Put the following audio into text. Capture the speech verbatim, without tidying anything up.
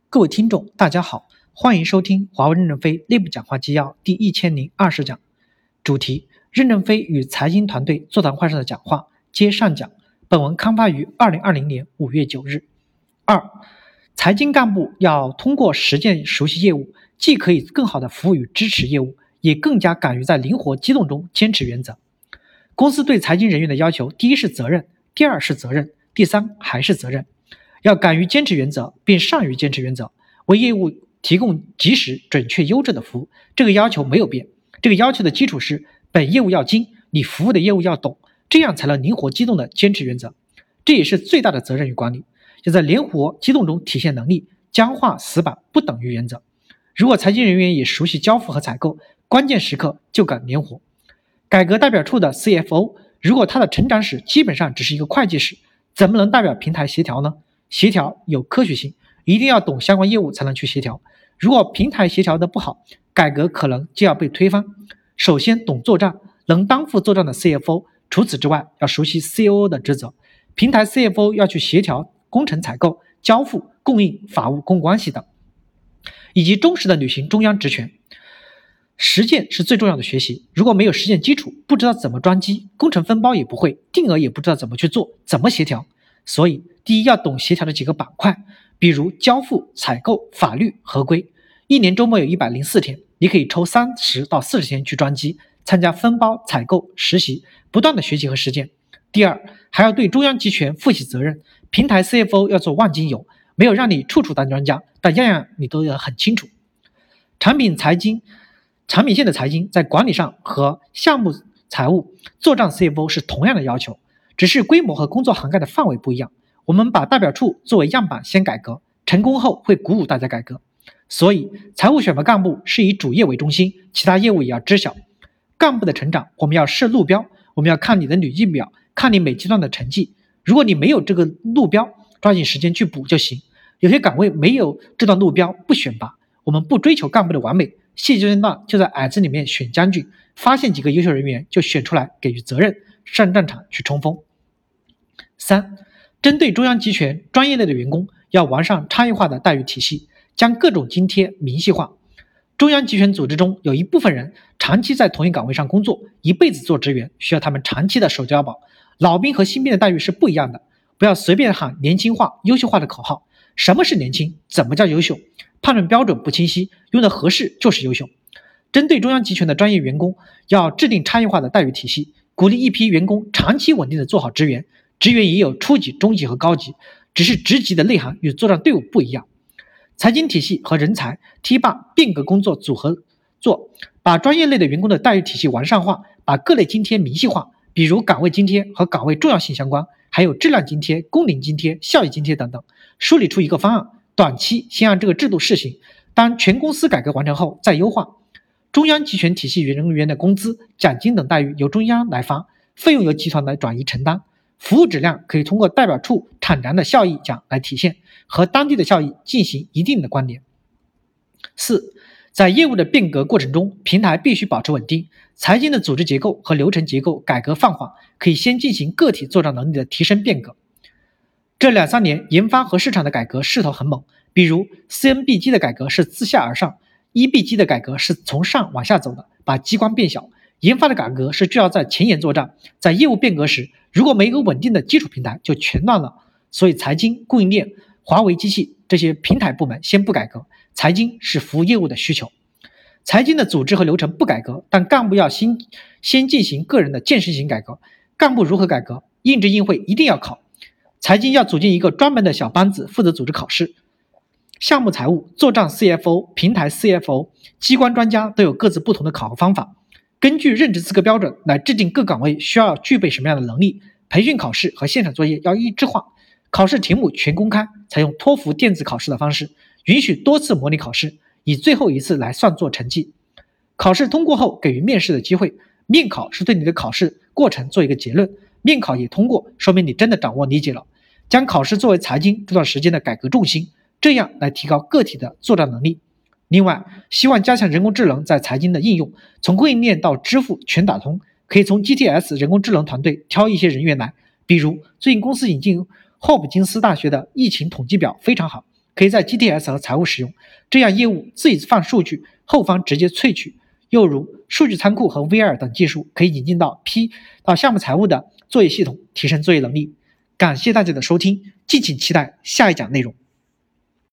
各位听众，大家好，欢迎收听华为任正非内部讲话纪要第一千零二十讲，主题：任正非与财经团队座谈会上的讲话，接上讲。本文刊发于二零二零年五月九日。二、财经干部要通过实践熟悉业务，既可以更好地服务与支持业务，也更加敢于在灵活机动中坚持原则。公司对财经人员的要求，第一是责任，第二是责任，第三还是责任。要敢于坚持原则，并善于坚持原则，为业务提供及时、准确、优质的服务，这个要求没有变。这个要求的基础是本业务要精，你服务的业务要懂，这样才能灵活机动的坚持原则。这也是最大的责任与管理，要在灵活机动中体现能力。僵化死板不等于原则。如果财经人员也熟悉交付和采购，关键时刻就敢灵活。改革代表处的 C F O， 如果他的成长史基本上只是一个会计史，怎么能代表平台协调呢？协调有科学性，一定要懂相关业务才能去协调。如果平台协调的不好，改革可能就要被推翻。首先懂作战，能担负作战的 C F O， 除此之外要熟悉 C O O 的职责。平台 C F O 要去协调工程采购、交付、供应、法务、公关系等，以及忠实的履行中央职权。实践是最重要的学习，如果没有实践基础，不知道怎么装机，工程分包也不会，定额也不知道怎么去做，怎么协调。所以第一要懂协调的几个板块，比如交付、采购、法律、合规。一年周末有一百零四天，你可以抽三十到四十天去装机，参加分包、采购、实习，不断的学习和实践。第二，还要对中央集权负起责任，平台 C F O 要做万金油，没有让你处处当专家，但样样你都要很清楚。产品财经产品线的财经在管理上和项目财务作战 C F O 是同样的要求，只是规模和工作涵盖的范围不一样。我们把代表处作为样板先改革，成功后会鼓舞大家改革。所以财务选拔干部是以主业为中心，其他业务也要知晓。干部的成长我们要设路标，我们要看你的履历表，看你每阶段的成绩。如果你没有这个路标，抓紧时间去补就行。有些岗位没有这段路标不选拔，我们不追求干部的完美，现阶段就在矮子里面选将军，发现几个优秀人员就选出来，给予责任，上战场去冲锋。三、针对中央集权专业类的员工，要完善差异化的待遇体系，将各种津贴明细化。中央集权组织中有一部分人长期在同一岗位上工作，一辈子做职员，需要他们长期的守交保。老兵和新兵的待遇是不一样的，不要随便喊年轻化、优秀化的口号。什么是年轻？怎么叫优秀？判断标准不清晰，用的合适就是优秀。针对中央集权的专业员工，要制定差异化的待遇体系，鼓励一批员工长期稳定的做好职员。职员也有初级、中级和高级，只是职级的内涵与作战队伍不一样。财经体系和人才 T 八变革工作组合做，把专业类的员工的待遇体系完善化，把各类津贴明细化，比如岗位津贴和岗位重要性相关，还有质量津贴、工龄津贴、效益津贴等等，梳理出一个方案，短期先按这个制度试行，当全公司改革完成后再优化。中央集权体系人员的工资、奖金等待遇由中央来发，费用由集团来转移承担。服务质量可以通过代表处坦然的效益奖来体现，和当地的效益进行一定的关联。四、在业务的变革过程中，平台必须保持稳定，财经的组织结构和流程结构改革放缓，可以先进行个体作战能力的提升变革。这两三年研发和市场的改革势头很猛，比如 C N B 机的改革是自下而上， E B 机的改革是从上往下走的，把机关变小。研发的改革是聚焦在前沿作战，在业务变革时，如果没有稳定的基础平台，就全乱了。所以财经、供应链、华为机器这些平台部门先不改革，财经是服务业务的需求。财经的组织和流程不改革，但干部要先先进行个人的建设型改革。干部如何改革？应质应会一定要考。财经要组建一个专门的小班子负责组织考试。项目财务、作战 C F O、平台 C F O、机关专家都有各自不同的考核方法。根据任职资格标准来制定各岗位需要具备什么样的能力，培训考试和现场作业要一致化，考试题目全公开，采用托福电子考试的方式，允许多次模拟考试，以最后一次来算作成绩。考试通过后给予面试的机会，面考是对你的考试过程做一个结论，面考也通过，说明你真的掌握理解了，将考试作为财经这段时间的改革重心，这样来提高个体的作战能力。另外，希望加强人工智能在财经的应用，从供应链到支付全打通，可以从 G T S 人工智能团队挑一些人员来，比如最近公司引进霍普金斯大学的疫情统计表非常好， 可以在 G T S 和财务使用，这样业务自己放数据，后方直接萃取。又如数据仓库和 V R 等技术可以引进到 P 到项目财务的作业系统，提升作业能力。感谢大家的收听，敬请期待下一讲内容。